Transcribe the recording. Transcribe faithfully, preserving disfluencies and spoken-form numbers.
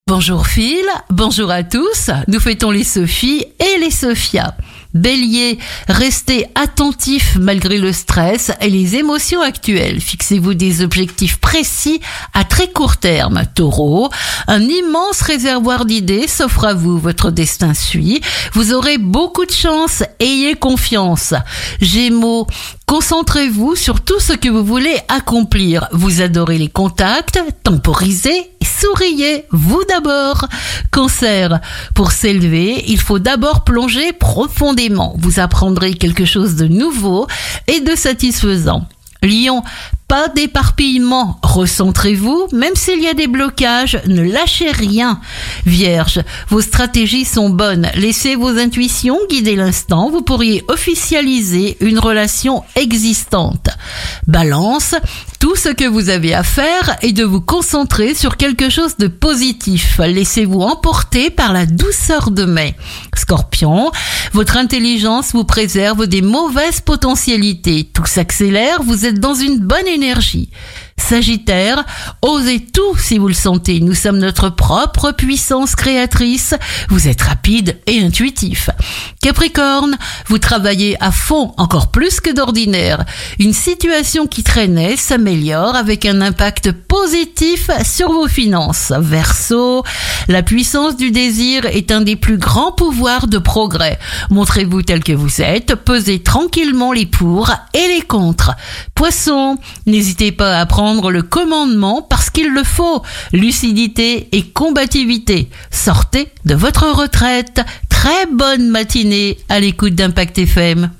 Bonjour Phil, bonjour à tous, nous fêtons les Sophies et les Sophia. Bélier, restez attentif malgré le stress et les émotions actuelles. Fixez-vous des objectifs précis à très court terme. Taureau, un immense réservoir d'idées s'offre à vous. Votre destin suit. Vous aurez beaucoup de chance. Ayez confiance. Gémeaux, concentrez-vous sur tout ce que vous voulez accomplir. Vous adorez les contacts, temporisez et souriez, vous d'abord. Cancer, pour s'élever, il faut d'abord plonger profondément. Vous apprendrez quelque chose de nouveau et de satisfaisant. Lion, pas d'éparpillement, recentrez-vous, même s'il y a des blocages, ne lâchez rien. Vierge, vos stratégies sont bonnes, laissez vos intuitions guider l'instant, vous pourriez officialiser une relation existante. Balance, tout ce que vous avez à faire est de vous concentrer sur quelque chose de positif. Laissez-vous emporter par la douceur de mai. Scorpion, votre intelligence vous préserve des mauvaises potentialités. Tout s'accélère, vous êtes dans une bonne énergie. Sagittaire, osez tout si vous le sentez. Nous sommes notre propre puissance créatrice. Vous êtes rapide et intuitif. Capricorne, vous travaillez à fond, encore plus que d'ordinaire. Une situation qui traînait s'améliore avec un impact positif sur vos finances. Verseau, la puissance du désir est un des plus grands pouvoirs de progrès. Montrez-vous tel que vous êtes, pesez tranquillement les pour et les contre. Poisson, n'hésitez pas à prendre le commandement parce qu'il le faut. Lucidité et combativité. Sortez de votre retraite. Très bonne matinée à l'écoute d'Impact F M.